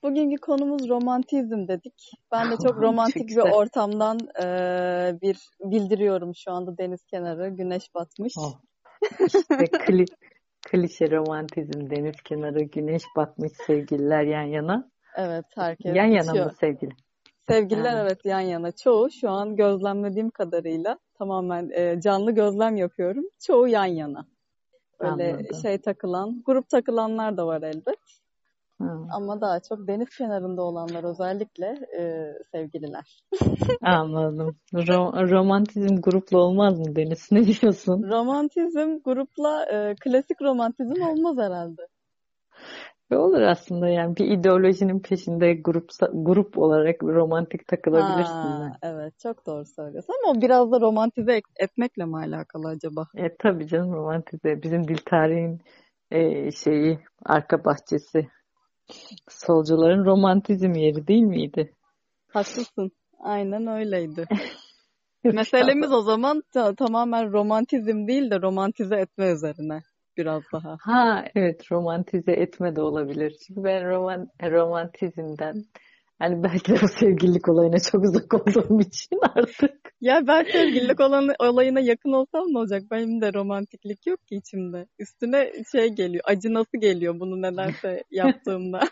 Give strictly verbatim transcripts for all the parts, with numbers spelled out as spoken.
bugünkü konumuz romantizm dedik. Ben de çok romantik bir Çok güzel. ortamdan eee, bir bildiriyorum şu anda deniz kenarı, güneş batmış. Oh, işte kli, klişe romantizm, deniz kenarı, güneş batmış, sevgililer yan yana. Evet, herkes Yan yana mı içiyor. sevgili? Sevgililer Ha, evet yan yana. Çoğu şu an gözlemlediğim kadarıyla tamamen eee, canlı gözlem yapıyorum. Çoğu yan yana. Böyle anladım. şey takılan, grup takılanlar da var elbet. Ha, Ama daha çok deniz kenarında olanlar özellikle eee, sevgililer. anladım. Ro- romantizm grupla olmaz mı Deniz? Ne diyorsun? Romantizm grupla eee, klasik romantizm olmaz herhalde. Ve olur aslında yani bir ideolojinin peşinde grup grup olarak romantik takılabilirsin Ha, ben. evet çok doğru söylüyorsun ama o biraz da romantize et- etmekle mi alakalı acaba? E tabii canım romantize. Bizim dil tarihin e, şeyi arka bahçesi. Solcuların romantizm yeri değil miydi? Haklısın. Aynen öyleydi. Sağ Meselemiz ol. o zaman ta- tamamen romantizm değil de romantize etme üzerine biraz daha. Ha evet romantize etme de olabilir. Çünkü ben roman, romantizmden hani belki de bu sevgililik olayına çok uzak olduğum için artık. Ya ben sevgililik olan, olayına yakın olsam ne olacak? Benim de romantiklik yok ki içimde. Üstüne şey geliyor, acınası geliyor bunu nedense yaptığımda.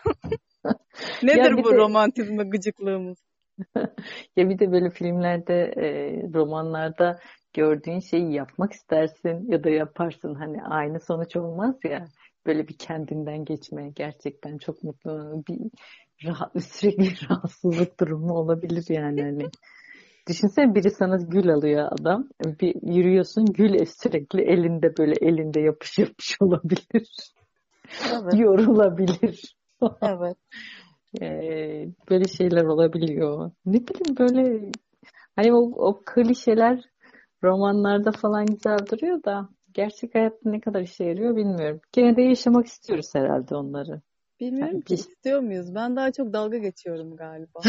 Ya Nedir bir bu de romantizme gıcıklığımız? ya bir de böyle filmlerde, e, romanlarda gördüğün şeyi yapmak istersin ya da yaparsın. Hani aynı sonuç olmaz ya. Böyle bir kendinden geçme gerçekten çok mutlu bir rahat, sürekli rahatsızlık durumu olabilir yani hani. Düşünsene biri sana gül alıyor adam. Bir yürüyorsun gül sürekli elinde böyle elinde yapış yapış olabilir. Evet, Yorulabilir. evet. Ee, böyle şeyler olabiliyor. Ne bileyim böyle hani o, o klişeler romanlarda falan güzel duruyor da gerçek hayatta ne kadar işe yarıyor bilmiyorum. Gene de yaşamak istiyoruz herhalde onları. Bilmiyorum Yani ki bir istiyor muyuz? Ben daha çok dalga geçiyorum galiba.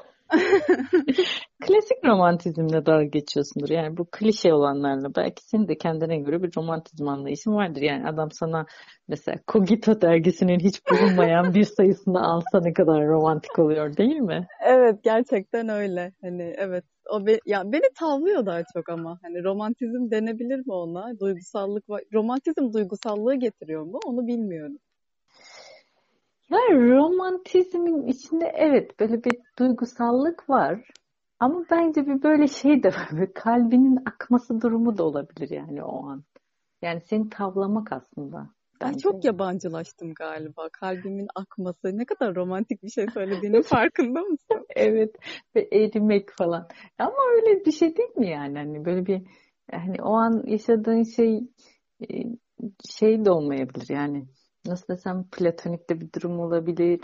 klasik romantizmle dalga geçiyorsundur. Yani bu klişe olanlarla. Belki senin de kendine göre bir romantizm anlayışın vardır. Yani adam sana mesela Cogito dergisinin hiç bulunmayan bir sayısını alsa ne kadar romantik oluyor değil mi? Evet gerçekten öyle. Hani evet o be- ya beni tavlıyor daha çok ama hani romantizm denebilir mi ona? Duygusallık var. Romantizm duygusallığı getiriyor mu? Onu bilmiyorum. Yani romantizmin içinde evet böyle bir duygusallık var. Ama bence bir böyle şey de var. Böyle kalbinin akması durumu da olabilir yani o an. Yani seni tavlamak aslında Ay bence. çok yabancılaştım galiba. Kalbimin akması. Ne kadar romantik bir şey söylediğinin farkında mısın? Evet ve erimek falan. Ama öyle bir şey değil mi yani? Hani böyle bir hani o an yaşadığın şey e, şey de olmayabilir yani. Nasıl desem platonik de bir durum olabilir.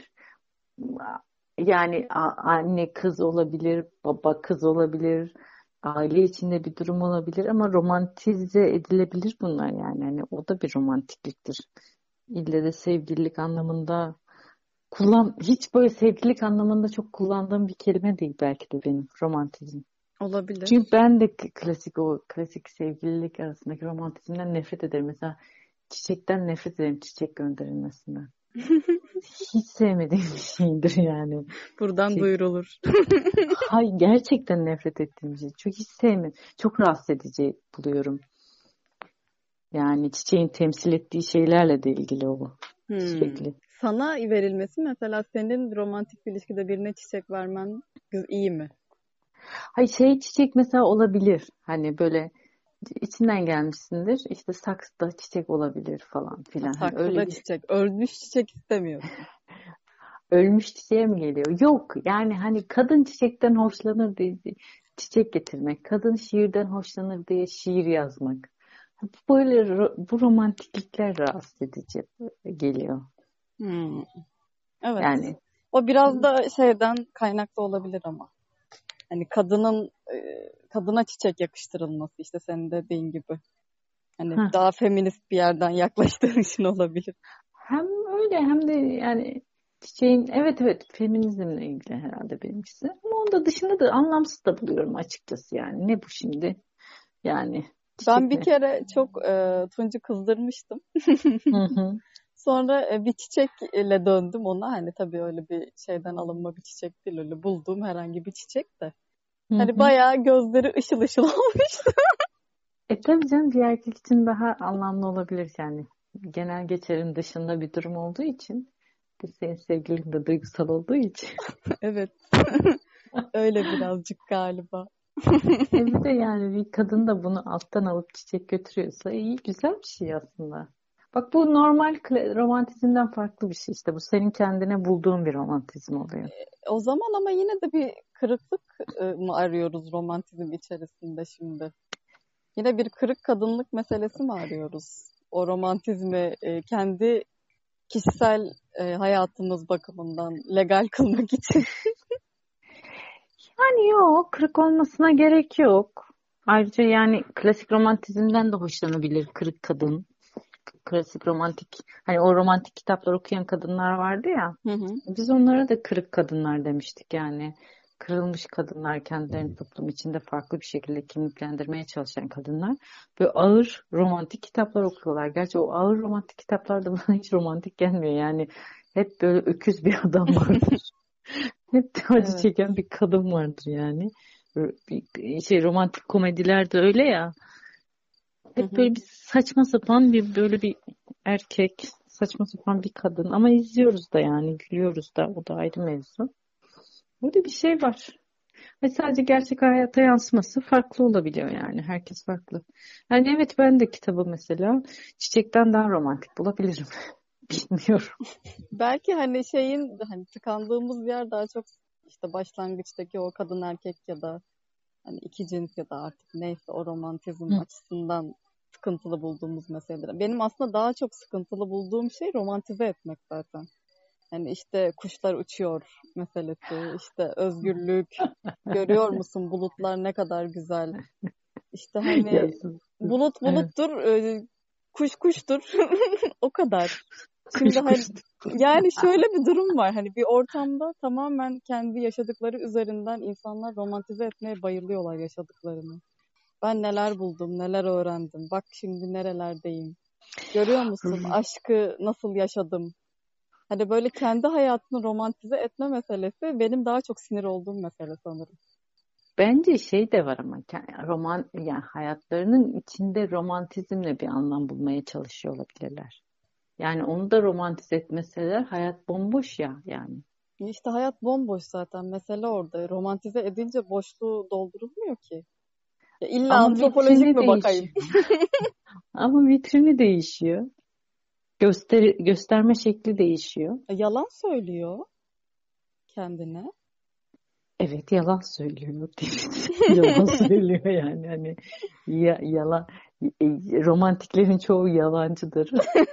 Yani a- anne kız olabilir, baba kız olabilir, aile içinde bir durum olabilir ama romantize edilebilir bunlar yani. Hani o da bir romantikliktir. İlle de sevgililik anlamında kullan hiç böyle sevgililik anlamında çok kullandığım bir kelime değil belki de benim romantizm. Çünkü Olabilir. ben de k- klasik o klasik sevgililik arasındaki romantizmden nefret ederim. Mesela çiçekten nefret ederim çiçek gönderilmesinden. Hiç sevmediğim bir şeydir yani. Buradan Şey, duyurulur. hay gerçekten nefret ettiğim bir şey. Çünkü hiç sevmiyorum. Çok rahatsız edici buluyorum. Yani çiçeğin temsil ettiği şeylerle de ilgili o bu. Hmm. Sürekli. Sana verilmesi mesela senin romantik bir ilişkide birine çiçek vermen gü- iyi mi? Hay şey çiçek mesela olabilir. Hani böyle içinden gelmişsindir. İşte saksıda çiçek olabilir falan Ha, filan. Hani saksıda öyle bir çiçek. Ölmüş çiçek istemiyorsun. ölmüş çiçeğe mi geliyor? Yok. Yani hani kadın çiçekten hoşlanır diye çiçek getirmek. Kadın şiirden hoşlanır diye şiir yazmak. Böyle ro- bu romantiklikler rahatsız edici geliyor. Hmm. Evet. Yani O biraz da şeyden kaynaklı olabilir ama. Hani kadının e, kadına çiçek yakıştırılması işte senin dediğin gibi. Hani heh, daha feminist bir yerden yaklaştığın için olabilir. hem öyle hem de yani çiçeğin evet evet feminizmle ilgili herhalde benimkisi. Ama onun da dışında da anlamsız da buluyorum açıkçası yani. Ne bu şimdi? Yani Ben çiçek bir ne? kere çok e, Tunç'u kızdırmıştım. Hı hı. Sonra e, bir çiçekle döndüm ona. Hani tabii öyle bir şeyden alınma bir çiçek değil. Öyle bulduğum herhangi bir çiçek de. Hı Hani hı. bayağı gözleri ışıl ışıl olmuştu. E tabii canım, bir erkek için daha anlamlı olabilir yani. Genel geçerin dışında bir durum olduğu için. Bir senin sevgilin de duygusal olduğu için. Evet. Öyle birazcık galiba. E bir de yani bir kadın da bunu alttan alıp çiçek götürüyorsa iyi, güzel bir şey aslında. Bak, bu normal kla- romantizmden farklı bir şey işte. Bu senin kendine bulduğun bir romantizm oluyor. O zaman ama yine de bir kırıklık e, mı arıyoruz romantizm içerisinde şimdi? Yine bir kırık kadınlık meselesi mi arıyoruz? O romantizmi e, kendi kişisel e, hayatımız bakımından legal kılmak için. Yani yok, kırık olmasına gerek yok. Ayrıca yani klasik romantizmden de hoşlanabilir kırık kadın. Klasik romantik, hani o romantik kitaplar okuyan kadınlar vardı ya. Hı hı. Biz onlara da kırık kadınlar demiştik yani. Kırılmış kadınlar, kendilerini toplum içinde farklı bir şekilde kimliklendirmeye çalışan kadınlar. Böyle ağır romantik kitaplar okuyorlar. Gerçi o ağır romantik kitaplar da bana hiç romantik gelmiyor. Yani hep böyle öküz bir adam vardır. Hep de acı Evet. çeken bir kadın vardır yani. Bir şey, romantik komediler de öyle ya. Hı Hep hı. böyle bir saçma sapan bir, böyle bir erkek, saçma sapan bir kadın. Ama izliyoruz da yani, gülüyoruz da. O da ayrı mevzu. Burada bir şey var. Ve sadece gerçek hayata yansıması farklı olabiliyor yani. Herkes farklı. Yani evet, ben de kitabı mesela çiçekten daha romantik bulabilirim. Bilmiyorum. Belki hani şeyin hani tıkandığımız yer daha çok işte başlangıçtaki o kadın erkek ya da hani iki cins ya da artık neyse o romantizm Hı. açısından sıkıntılı bulduğumuz meseleler. Benim aslında daha çok sıkıntılı bulduğum şey romantize etmek zaten. Hani işte kuşlar uçuyor meselesi, işte özgürlük, görüyor musun bulutlar ne kadar güzel. İşte hani Yazın. bulut Evet. buluttur, e, kuş kuştur. O kadar. Şimdi Kuş hani kuş. yani şöyle bir durum var. Hani bir ortamda tamamen kendi yaşadıkları üzerinden insanlar romantize etmeye bayılıyorlar yaşadıklarını. Ben neler buldum, neler öğrendim. Bak şimdi nerelerdeyim. Görüyor musun aşkı nasıl yaşadım? Hani böyle kendi hayatını romantize etme meselesi benim daha çok sinir olduğum mesele sanırım. Bence şey de var ama ke- roman, yani hayatlarının içinde romantizmle bir anlam bulmaya çalışıyor olabilirler. Yani onu da romantize etmeseler hayat bomboş ya yani. İşte hayat bomboş zaten. Mesele orada. Romantize edince boşluğu doldurulmuyor ki. Ya illa Ama antropolojik vitrini mi bakayım? değişiyor. Ama vitrini değişiyor. Göster gösterme şekli değişiyor. E, Yalan söylüyor kendine. Evet, yalan söylüyor. Yalan söylüyor yani, hani ya, yalan, e, romantiklerin çoğu yalancıdır.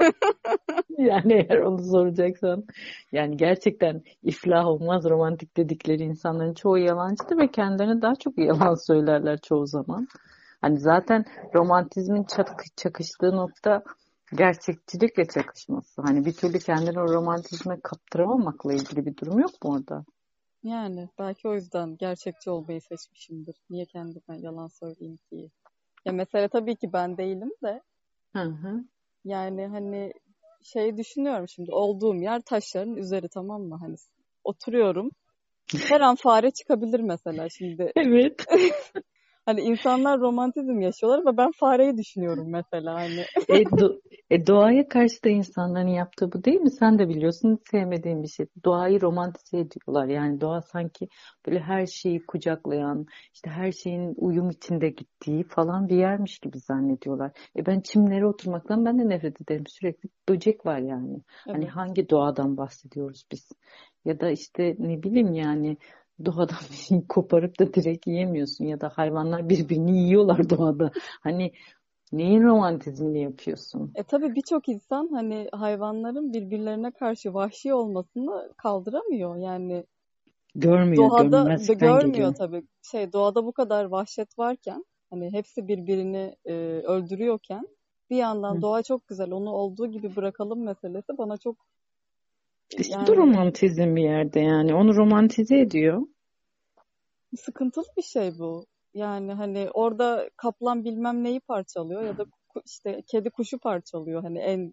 Yani eğer onu soracaksan, yani gerçekten iflah olmaz romantik dedikleri insanların çoğu yalancıdır ve kendilerine daha çok yalan söylerler çoğu zaman. Hani zaten romantizmin çak- çakıştığı nokta gerçekçilikle çakışması. Hani bir türlü kendini o romantizme kaptıramamakla ilgili bir durum yok mu orada? Yani belki o yüzden gerçekçi olmayı seçmişimdir. Niye kendime yalan söyleyeyim ki? Ya mesele tabii ki ben değilim de Hı hı. yani hani şey düşünüyorum şimdi olduğum yer taşların üzeri tamam mı? Hani oturuyorum. Her an fare çıkabilir mesela şimdi. Evet. Hani insanlar romantizm yaşıyorlar ama ben fareyi düşünüyorum mesela hani. E, do- e, doğaya karşı da insanların yaptığı bu değil mi? Sen de biliyorsun, sevmediğin bir şey. Doğayı romantize ediyorlar. Yani doğa sanki böyle her şeyi kucaklayan, işte her şeyin uyum içinde gittiği falan bir yermiş gibi zannediyorlar. E ben çimlere oturmaktan ben de nefret ederim. Sürekli böcek var yani. Hani Evet. hangi doğadan bahsediyoruz biz? Ya da işte ne bileyim yani, doğadan bir şey koparıp da direkt yiyemiyorsun, ya da hayvanlar birbirini yiyorlar doğada. Hani neyin romantizmini yapıyorsun? E tabii birçok insan hani hayvanların birbirlerine karşı vahşi olmasını kaldıramıyor. Yani Görmüyor, doğada da görmezlikten görmüyor geliyor. tabii. Şey doğada bu kadar vahşet varken hani hepsi birbirini e, öldürüyorken bir yandan Hı. doğa çok güzel onu olduğu gibi bırakalım meselesi bana çok İşte bu da yani romantizm bir yerde yani. Onu romantize ediyor. sıkıntılı bir şey bu. Yani hani orada kaplan bilmem neyi parçalıyor ya da ku- işte kedi kuşu parçalıyor hani en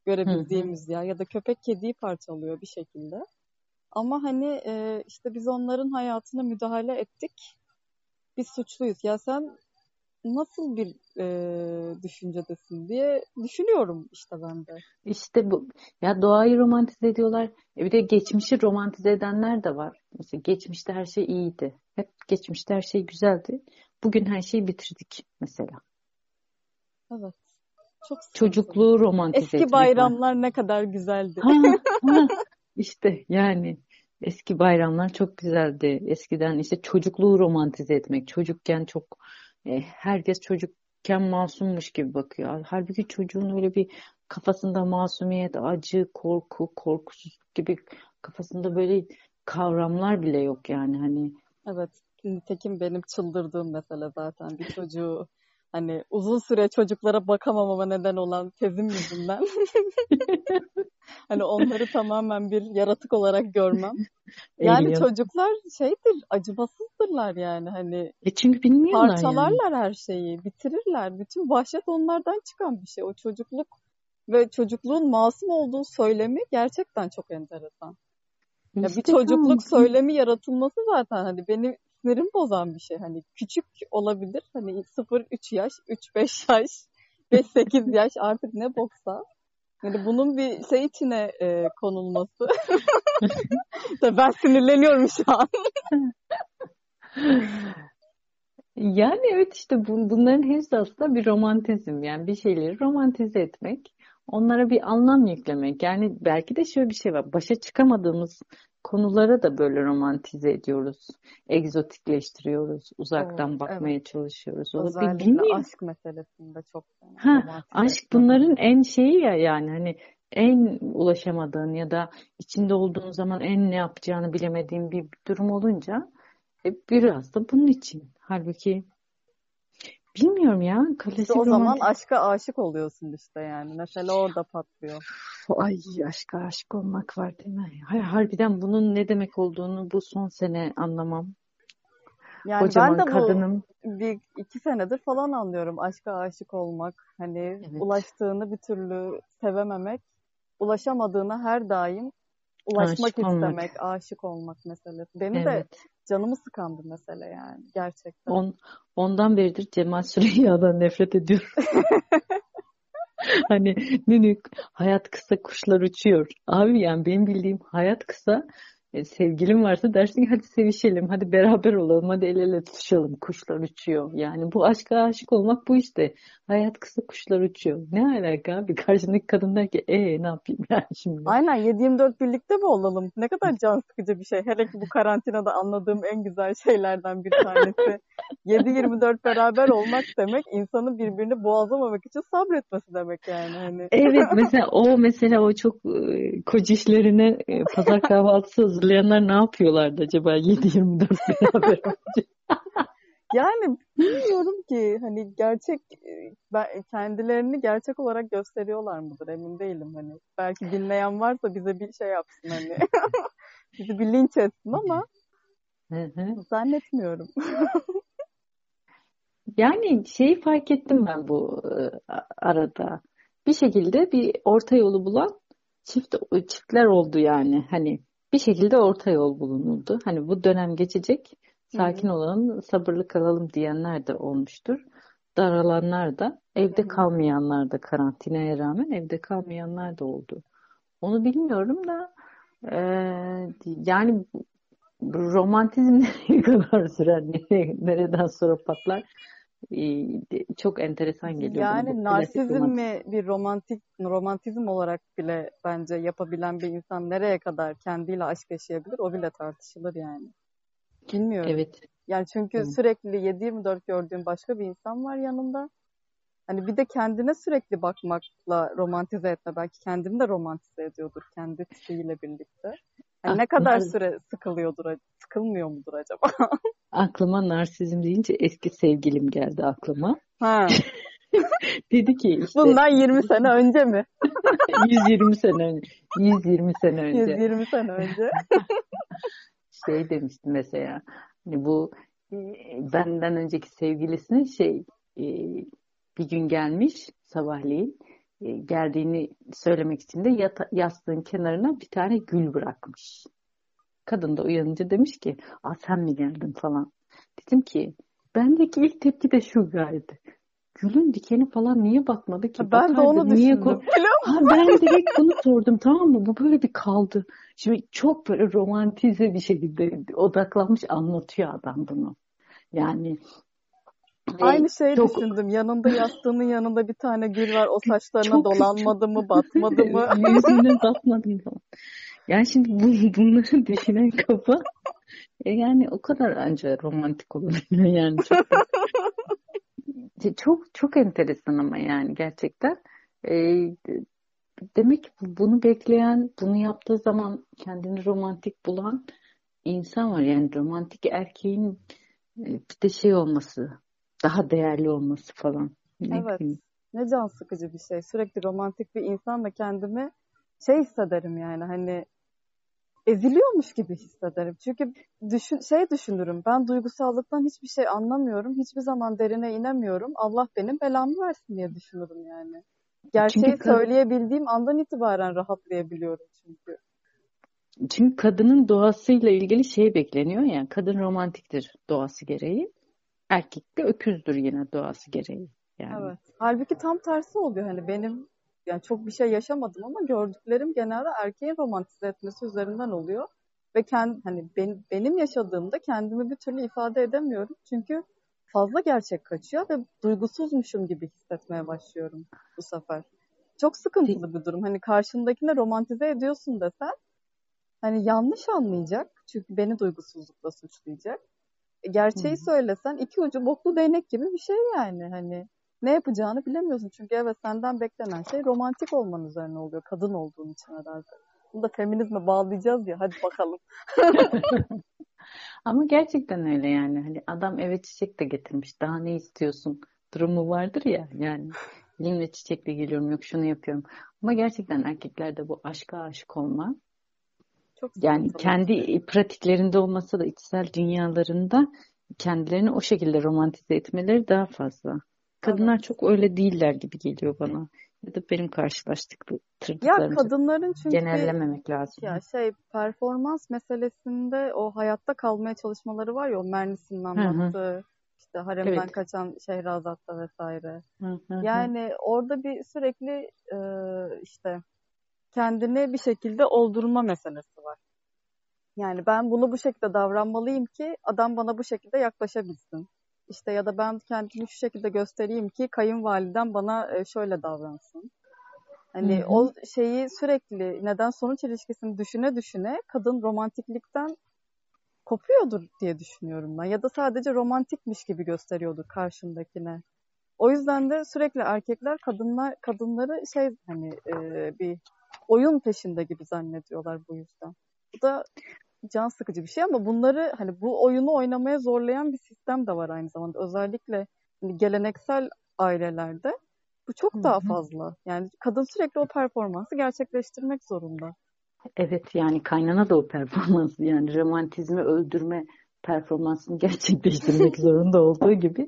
Hı hı. görebildiğimiz ya ya da köpek kediyi parçalıyor bir şekilde. Ama hani e, işte biz onların hayatına müdahale ettik. Biz suçluyuz. Ya sen nasıl bir e, düşüncedesin diye düşünüyorum işte ben de. İşte bu ya, doğayı romantize ediyorlar. E bir de geçmişi romantize edenler de var. Mesela geçmişte her şey iyiydi. Hep geçmişte her şey güzeldi. Bugün her şeyi bitirdik mesela. Evet. Çok sıkıntılı. Çocukluğu romantize Eski etmek var. bayramlar ne kadar güzeldi. Ha, ha. İşte yani eski bayramlar çok güzeldi. Eskiden işte çocukluğu romantize etmek. Çocukken çok e, herkes çocukken masummuş gibi bakıyor. Halbuki çocuğun öyle bir kafasında masumiyet, acı, korku, korkusuzluk gibi kafasında böyle kavramlar bile yok yani hani. Evet. Nitekim benim çıldırdığım mesele zaten bir çocuğu hani uzun süre çocuklara bakamamama neden olan tezim yüzünden hani onları tamamen bir yaratık olarak görmem. Yani Alien. çocuklar şeydir, acımasızdırlar yani hani E çünkü bilmiyorlar yani. parçalarlar her şeyi, bitirirler. Bütün vahşet onlardan çıkan bir şey. O çocukluk ve çocukluğun masum olduğu söylemi gerçekten çok enteresan. Ya bir İşte tamam. çocukluk söylemi yaratılması zaten hani beni sinirim bozan bir şey. Hani küçük olabilir. Hani sıfır üç yaş, üç beş yaş, beş sekiz yaş artık ne boksa. Yani bunun bir şey içine e, konulması. Tabii ben sinirleniyorum şu an. Yani evet, işte bu, bunların hepsi aslında bir romantizm. Yani bir şeyleri romantize etmek, onlara bir anlam yüklemek. Yani belki de şöyle bir şey var. Başa çıkamadığımız konulara da böyle romantize ediyoruz. Egzotikleştiriyoruz. Oo, Uzaktan evet. bakmaya çalışıyoruz. Olabilir. Özellikle Bilmiyorum. aşk meselesinde çok fena Ha, romantize aşk etme var. bunların en şeyi ya, yani hani en ulaşamadığın ya da içinde olduğun zaman en ne yapacağını bilemediğin bir durum olunca e, biraz da bunun için. Halbuki bilmiyorum ya. İşte o Klasik zaman romantik. aşka aşık oluyorsun işte yani. Mesela orada patlıyor. Ay, aşka aşık olmak var değil mi? Hay, harbiden bunun ne demek olduğunu bu son sene anlamam. Yani ben Kocaman de bu kadınım. bir iki senedir falan anlıyorum. Aşka aşık olmak. Hani Evet. ulaştığını bir türlü sevememek. Ulaşamadığına her daim ulaşmak Aşık istemek, olmak. aşık olmak meselesi. Benim de Evet. canımı sıkan bir mesele yani gerçekten. On, ondan beridir Cemal Süreyya'dan nefret ediyorum. Hani nünük, hayat kısa, kuşlar uçuyor. Abi yani benim bildiğim hayat kısa. E, sevgilim varsa dersin ki hadi sevişelim, hadi beraber olalım, hadi el ele tutuşalım. Kuşlar uçuyor. Yani bu aşka aşık olmak bu işte. Hayat kısa, kuşlar uçuyor. Ne alaka abi? Karşındaki kadın der ki e ne yapayım yani şimdi? Aynen yedi yirmi dört birlikte mi olalım? Ne kadar can sıkıcı bir şey. Hele ki bu karantinada anladığım en güzel şeylerden bir tanesi. yedi yirmi dört beraber olmak demek insanın birbirini boğazlamamak için sabretmesi demek yani hani. Evet, mesela o mesela o çok e, koca işlerine e, pazar kahvaltısı hazırlayanlar ne yapıyorlardı acaba yedi yirmi dört beraber olunca? Yani bilmiyorum ki hani gerçek e, ben- kendilerini gerçek olarak gösteriyorlar mıdır emin değilim hani. Belki dinleyen varsa bize bir şey yapsın hani. Bizi bir linç etsin ama Hı hı. zannetmiyorum. Yani şeyi fark ettim ben bu e, a- arada. Bir şekilde bir orta yolu bulan çift çiftler oldu yani. Hani bir şekilde orta yol bulunuldu. Hani bu dönem geçecek, Hı sakin hı, olalım, sabırlı kalalım diyenler de olmuştur. Daralanlar da, hı evde hı. kalmayanlar da, karantinaya rağmen evde kalmayanlar da oldu. Onu bilmiyorum da e, yani bu romantizm nereye kadar sürer, nereye- nereden sonra patlar? Ee, çok enteresan geliyor bana bu Yani klasik narsizm romantik. mi bir romantik romantizm olarak bile bence yapabilen bir insan nereye kadar kendiyle aşk yaşayabilir o bile tartışılır yani. Bilmiyorum. Evet. Yani çünkü Hı. sürekli yedi yirmi dört gördüğün başka bir insan var yanında. Hani bir de kendine sürekli bakmakla romantize etme. Belki kendini de romantize ediyordur kendi tipiyle birlikte. Hani Ah, ne kadar nar- süre sıkılıyordur, sıkılmıyor mudur acaba? aklıma narsizm deyince eski sevgilim geldi aklıma. Ha. Dedi ki işte Bundan yirmi sene önce mi? yüz yirmi sene önce, yüz yirmi sene önce yüz yirmi sene önce. şey demişti mesela, hani bu e, benden önceki sevgilisinin şey, e, bir gün gelmiş sabahleyin. e, geldiğini söylemek için de yata- yastığın kenarına bir tane gül bırakmış. Kadın da uyanınca demiş ki, aa sen mi geldin falan. Dedim ki bendeki ilk tepki de şu gaydi. Gülün dikeni falan niye batmadı ki? Ben de onu Batardı. Niye düşündüm. ko- Ha ben direkt bunu sordum, tamam mı? Bu böyle bir kaldı. Şimdi çok böyle romantize bir şekilde odaklanmış anlatıyor adam bunu. Yani ve Aynı şeyi çok düşündüm. Yanında yastığının yanında bir tane gül var. O saçlarına çok çok dolanmadı mı, batmadı mı? yüzüne batmadım falan. Yani şimdi bu, bunları düşünen kafa e yani o kadar anca romantik olabiliyor yani çok da çok çok enteresan ama yani gerçekten. E, Demek ki bunu bekleyen, bunu yaptığı zaman kendini romantik bulan insan var. Yani romantik erkeğin e, bir de şey olması, daha değerli olması falan. Ne Evet. bileyim. Ne can sıkıcı bir şey. Sürekli romantik bir insanla kendimi şey hissederim yani hani eziliyormuş gibi hissederim. Çünkü düşün, şey düşünürüm. Ben duygusallıktan hiçbir şey anlamıyorum. Hiçbir zaman derine inemiyorum. Allah benim belamı versin diye düşünürüm yani. Gerçeği Çünkü kad- söyleyebildiğim andan itibaren rahatlayabiliyorum çünkü. çünkü kadının doğasıyla ilgili şey bekleniyor ya. Kadın romantiktir doğası gereği. Erkek de öküzdür yine doğası gereği. Yani. Evet. Halbuki tam tersi oluyor. Hani benim yani çok bir şey yaşamadım ama gördüklerim genelde erkeğin romantize etmesi üzerinden oluyor. Ve kend, hani ben, benim yaşadığımda kendimi bir türlü ifade edemiyorum. Çünkü fazla gerçek kaçıyor ve duygusuzmuşum gibi hissetmeye başlıyorum bu sefer. Çok sıkıntılı bir durum. Hani karşındakine romantize ediyorsun desen hani yanlış anlayacak. Çünkü beni duygusuzlukla suçlayacak. E, Hı. gerçeği söylesen iki ucu boklu değnek gibi bir şey yani. Hani ne yapacağını bilemiyorsun. Çünkü evet senden beklenen şey romantik olman üzerine oluyor. Kadın olduğun için herhalde. Bunu da feminizme bağlayacağız ya. Hadi bakalım. Ama gerçekten öyle yani. Hani adam eve çiçek de getirmiş. Daha ne istiyorsun? Durumu vardır ya yani. Elimle çiçekle geliyorum, yok şunu yapıyorum. Ama gerçekten erkeklerde bu aşka aşık olma, Çok yani sıkıntılı bir şey. kendi pratiklerinde olmasa da içsel dünyalarında kendilerini o şekilde romantize etmeleri daha fazla. Kadınlar Evet. çok öyle değiller gibi geliyor bana. Ya da benim Ya karşılaştıklarım, kadınların çünkü bir genellememek ya lazım. şey performans meselesinde o hayatta kalmaya çalışmaları var ya o Mernis'in Hı hı. anlattığı işte haremden Evet. kaçan Şehrazat'ta vesaire. Hı hı hı. Yani orada bir sürekli e, işte kendini bir şekilde oldurma meselesi var. Yani ben bunu bu şekilde davranmalıyım ki adam bana bu şekilde yaklaşabilsin. İşte ya da ben kendimi şu şekilde göstereyim ki kayınvalidem bana e, şöyle davransın. Hı Hani hı. o şeyi sürekli neden sonuç ilişkisini düşüne düşüne kadın romantiklikten kopuyordur diye düşünüyorum ben. Ya da sadece romantikmiş gibi gösteriyordur karşındakine. O yüzden de sürekli erkekler kadınlar kadınları şey hani e, bir oyun peşinde gibi zannediyorlar bu yüzden. Bu da can sıkıcı bir şey ama bunları hani bu oyunu oynamaya zorlayan bir sistem de var aynı zamanda. Özellikle hani geleneksel ailelerde bu Hı çok daha hı. fazla. Yani kadın sürekli o performansı gerçekleştirmek zorunda. Evet yani kaynana da o performansı, yani romantizmi öldürme performansını gerçekleştirmek zorunda olduğu gibi.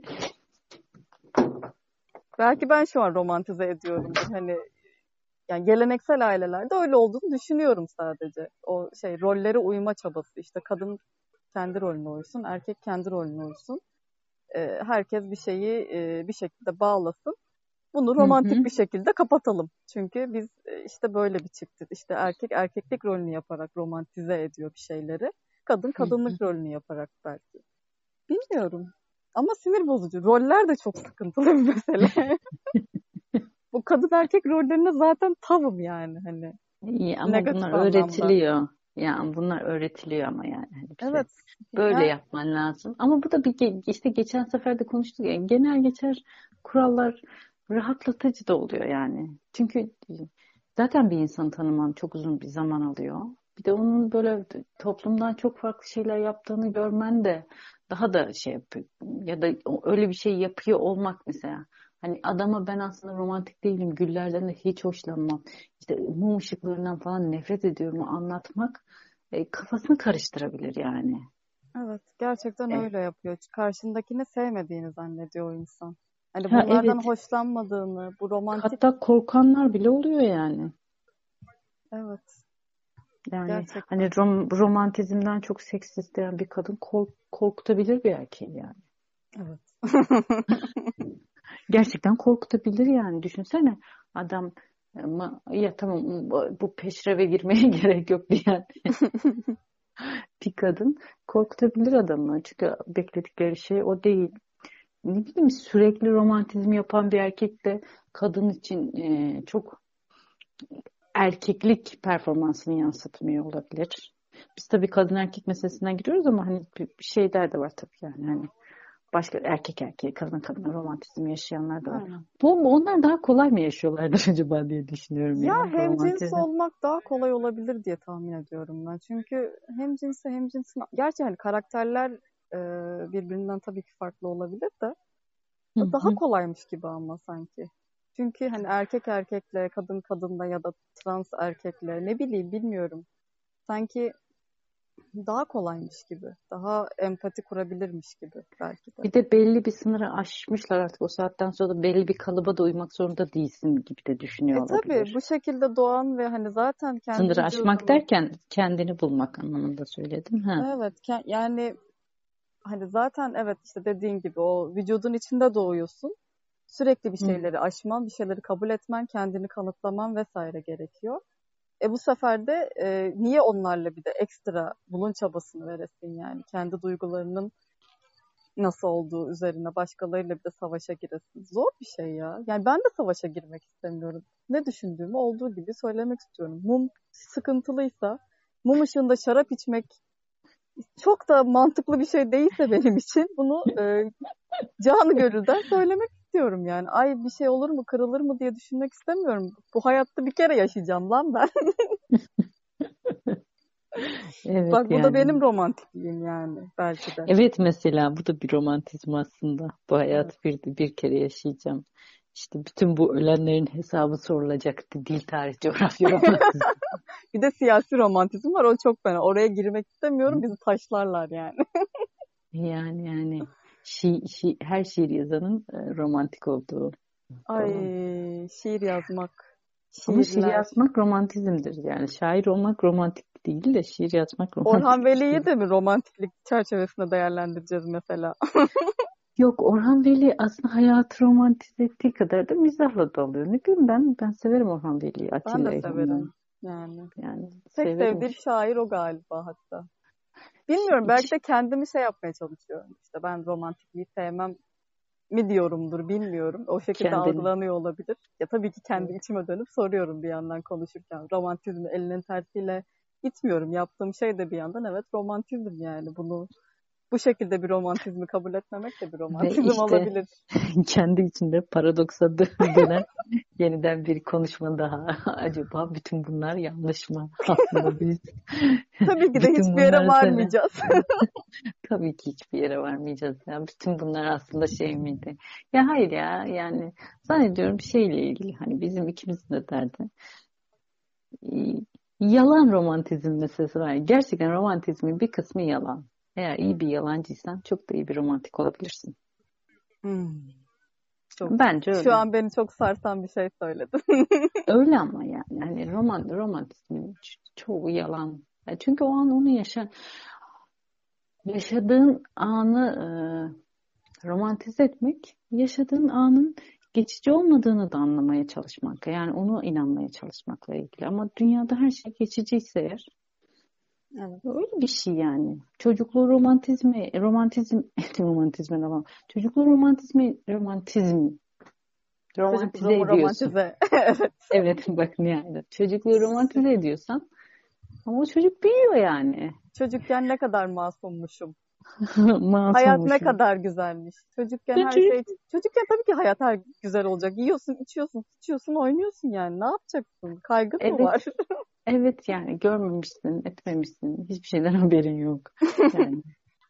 Belki ben şu an romantize ediyorumdur. Hani yani geleneksel ailelerde öyle olduğunu düşünüyorum sadece. O şey rollere uyma çabası işte kadın kendi rolünü oysun, erkek kendi rolünü oysun. Ee, herkes bir şeyi e, bir şekilde bağlasın. Bunu Hı romantik hı. bir şekilde kapatalım. Çünkü biz e, işte böyle bir çiftiz. İşte erkek erkeklik rolünü yaparak romantize ediyor bir şeyleri. Kadın Hı hı. kadınlık rolünü yaparak belki. Bilmiyorum. Ama sinir bozucu. Roller de çok sıkıntılı bir mesele. Bu kadın erkek rollerine zaten tavım yani hani İyi ama bunlar negatif anlamda. öğretiliyor. Yani bunlar öğretiliyor ama yani hani bize Evet. böyle Ya yapman lazım. Ama bu da bir ge- işte geçen sefer de konuştuk ya, genel geçer kurallar rahatlatıcı da oluyor yani. Çünkü zaten bir insanı tanıman çok uzun bir zaman alıyor. Bir de onun böyle toplumdan çok farklı şeyler yaptığını görmen de daha da şey yapıyor. Ya da öyle bir şey yapıyor olmak mesela. Hani adama ben aslında romantik değilim, güllerden de hiç hoşlanmam, İşte mum ışıklarından falan nefret ediyorum anlatmak e, kafasını karıştırabilir yani. evet gerçekten E, öyle yapıyor. Karşındakini sevmediğini zannediyor o insan. Hani Ha bunlardan evet. hoşlanmadığını, bu romantik, Hatta korkanlar bile oluyor yani. evet, Yani hani gerçekten. rom, romantizmden çok seks isteyen bir kadın kork, korkutabilir bir erkeği yani. Evet. Gerçekten korkutabilir yani. Düşünsene adam ama ya tamam bu bu peşreve girmeye gerek yok diyen bir kadın korkutabilir adamı. Çünkü bekledikleri şey o değil. Ne bileyim sürekli romantizm yapan bir erkek de kadın için e, çok erkeklik performansını yansıtmıyor olabilir. Biz tabii kadın erkek meselesinden gidiyoruz ama hani bir bir şeyler de var tabii yani hani başka erkek erkeğe kadın kadına romantizm yaşayanlar da var. Aynen. Bu bu- onlar daha kolay mı yaşıyorlardır acaba diye düşünüyorum Ya ya bu hemcins romantizm. olmak daha kolay olabilir diye tahmin ediyorum ben. Çünkü hemcinse hemcinsin, gerçi hani karakterler e, birbirinden tabii ki farklı olabilir de Hı daha hı. kolaymış gibi ama sanki. Çünkü hani erkek erkekle, kadın kadınla ya da trans erkekle, ne bileyim, bilmiyorum. Sanki daha kolaymış gibi. Daha empati kurabilirmiş gibi belki de. Bir de belli bir sınırı aşmışlar artık o saatten sonra da belli bir kalıba da uymak zorunda değilsin gibi de E düşünüyor tabii bu olabilir. şekilde doğan ve hani zaten kendi Sınırı aşmak vücudunu, derken kendini bulmak anlamında söyledim. Ha. evet, ke- yani hani zaten evet, işte dediğin gibi o vücudun içinde doğuyorsun. Sürekli bir Hı. şeyleri aşman, bir şeyleri kabul etmen, kendini kanıtlaman vesaire gerekiyor. E bu sefer de e, niye onlarla bir de ekstra bunun çabasını veresin yani? Kendi duygularının nasıl olduğu üzerine başkalarıyla bir de savaşa giresin. Zor bir şey ya. Yani ben de savaşa girmek istemiyorum. Ne düşündüğümü olduğu gibi söylemek istiyorum. Mum sıkıntılıysa, mum ışığında şarap içmek çok da mantıklı bir şey değilse benim için, bunu e, canı gönülden söylemek istiyorum yani. Ay, bir şey olur mu, kırılır mı diye düşünmek istemiyorum. Bu hayatta bir kere yaşayacağım lan ben. Evet Bak, bu da yani. benim romantikliğim yani belki de. Evet mesela bu da bir romantizm aslında. Bu Evet. hayatı bir, bir kere yaşayacağım. İşte bütün bu ölenlerin hesabı sorulacak. Dil, tarih, coğrafya romantizmi. Bir de siyasi romantizm var. O çok fena. Oraya girmek istemiyorum. Bizi taşlarlar yani. Yani yani şi, şi, her şiir yazanın e, romantik olduğu Ay, falan. şiir yazmak, Ama şiir şiirler. yazmak romantizmdir. Yani şair olmak romantik değil de şiir yazmak Orhan romantik bir şey. Veli'yi de mi romantiklik çerçevesinde değerlendireceğiz mesela? Yok Orhan Veli aslında hayatı romantize ettiği kadar da mizahla dalıyor. Ne bileyim ben ben severim Orhan Veli'yi, Ben Atilla de İlhan'ı. severim yani. Yani Tek severim. sevdiğim şair o galiba hatta. Şi- Bilmiyorum, belki iç- de kendimi şey yapmaya çalışıyorum. İşte ben romantikliği sevmem mi diyorumdur, bilmiyorum. O şekilde kendini. algılanıyor olabilir. Ya tabii ki kendi içime dönüp soruyorum bir yandan konuşurken. Romantizmi elinin tersiyle itmiyorum. Yaptığım şey de bir yandan evet romantizm yani. Bunu bu şekilde bir romantizmi kabul etmemek de bir Ve romantizm işte olabilir. kendi içinde paradoksa dö- dönen yeniden bir konuşma daha. Acaba bütün bunlar yanlış mı? Aslında biz Tabii ki de bütün hiçbir yere bunlar sana varmayacağız. tabii ki hiçbir yere varmayacağız ya. Bütün bunlar aslında şey miydi? Ya hayır ya yani zannediyorum şeyle ilgili hani bizim ikimizin de derdi. Ee, Yalan romantizm meselesi var. Gerçekten romantizmin bir kısmı yalan. Eğer iyi bir yalancıysan çok da iyi bir romantik olabilirsin. Hmm, çok. Bence Şu öyle. an beni çok sarsan bir şey söyledin. Öyle ama yani hani roman romantizmin ç- çoğu yalan. Ya çünkü o an onu yaşa yaşadığın anı e, romantize etmek, yaşadığın anın geçici olmadığını da anlamaya çalışmak. Yani onu inanmaya çalışmakla ilgili. Ama dünyada her şey geçiciyse eğer Evet. öyle bir şey yani. Çocukluğu romantizmi, romantizm, romantizme devam. Çocukluğu romantizmi, romantizm, romantize Çocukluğumu ediyorsun. romantize. Evet. Evet bak yani. Çocukluğu romantize ediyorsan ama o çocuk büyüyor yani. Çocukken ne kadar masummuşum. Hayat ne Masummuş. kadar güzelmiş. Çocukken Ben her çocuk şey... Çocukken tabii ki hayat her güzel olacak. Yiyorsun, içiyorsun, sıçıyorsun, oynuyorsun yani. Ne yapacaksın? Kaygın mı evet var? evet yani görmemişsin, etmemişsin. Hiçbir şeyden haberin yok. Yani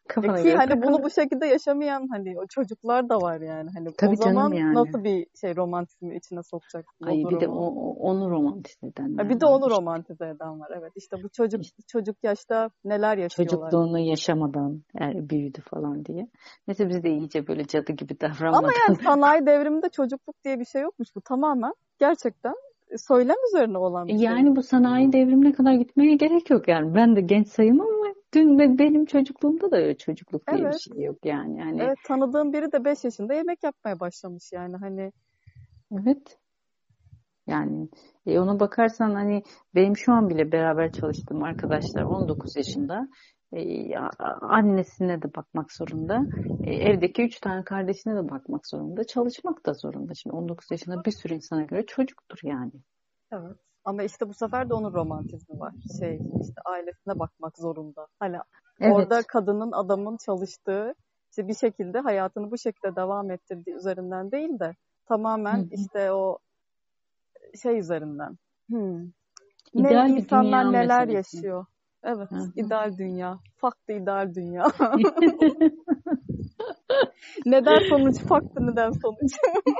Kafana Ki göre hani takıl. bunu bu şekilde yaşamayan hani o çocuklar da var yani. Hani Tabii o zaman canım yani. nasıl bir şey romantizmi içine sokacaksın Ay o bir de durumu? o, onu romantize Ha, edenler bir de var onu işte. romantize eden var. Evet işte bu çocuk İşte çocuk yaşta neler yaşıyorlar. çocukluğunu yaşamadan yani büyüdü falan diye. Neyse biz de iyice böyle cadı gibi Ama davranmadan. yani sanayi devriminde çocukluk diye bir şey yokmuş. Bu tamamen gerçekten söylem üzerine olan bir şey. Yani bu sanayi devrimine kadar gitmeye gerek yok yani. Ben de genç sayılmam ama dün ve benim çocukluğumda da öyle çocukluk diye bir Evet. şey yok yani. Yani Evet, tanıdığım biri de beş yaşında yemek yapmaya başlamış yani hani. evet. Yani e, ona bakarsan hani benim şu an bile beraber çalıştığım arkadaşlar on dokuz yaşında. E, a- a- annesine de bakmak zorunda. E, evdeki üç tane kardeşine de bakmak zorunda. Çalışmak da zorunda. Şimdi on dokuz yaşında bir sürü insana göre çocuktur yani. Evet. Ama işte bu sefer de onun romantizmi var. Şey işte ailesine bakmak zorunda. Hani orada Evet. kadının adamın çalıştığı işte bir şekilde hayatını bu şekilde devam ettirdiği üzerinden değil de Hı tamamen hı. işte o şey üzerinden. Hmm. Ne İdeal bir insanlar dünya neler meselesi. yaşıyor. Evet, Hı hı. ideal dünya. Fuck the ideal dünya. Neden sonuç? Fuck the neden sonuç?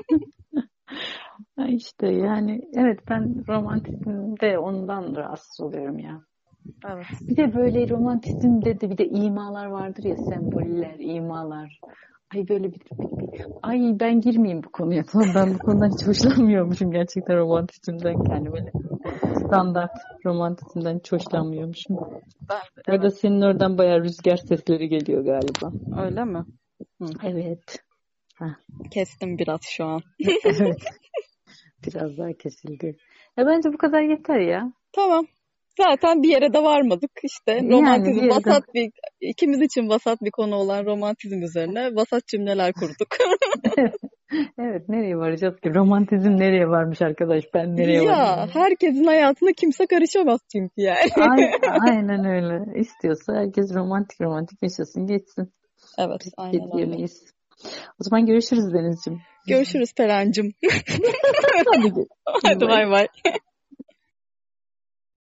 Ha işte yani evet ben romantizmde ondan rahatsız oluyorum ya. Evet. Bir de böyle romantizmde de bir de imalar vardır ya semboller, imalar. Ay böyle bir, bir, bir- ay ben girmeyeyim bu konuya. Tamam ben bu konudan hiç hoşlanmıyormuşum gerçekten romantizmden yani böyle standart romantizmden hiç hoşlanmıyormuşum. Ben de, Bu arada evet. senin oradan bayağı rüzgar sesleri geliyor galiba. Öyle mi? Hı. Evet. Heh, Kestim biraz şu an. evet. Biraz daha kesildi. E bence bu kadar yeter ya. Tamam. Zaten bir yere de varmadık. İşte Yani bir romantizm, yerden vasat bir, ikimiz için vasat bir konu olan romantizm üzerine vasat cümleler kurduk. evet nereye varacağız ki? Romantizm nereye varmış arkadaş? Ben nereye Ya varayım? herkesin hayatına kimse karışamaz çünkü yani. Ay, aynen öyle. İstiyorsa herkes romantik romantik yaşasın geçsin. Evet, Biz aynen öyle. diyemeyiz. O zaman görüşürüz Denizciğim. Görüşürüz Peren'cim. Hadi gel. Hadi Bay. bay bay.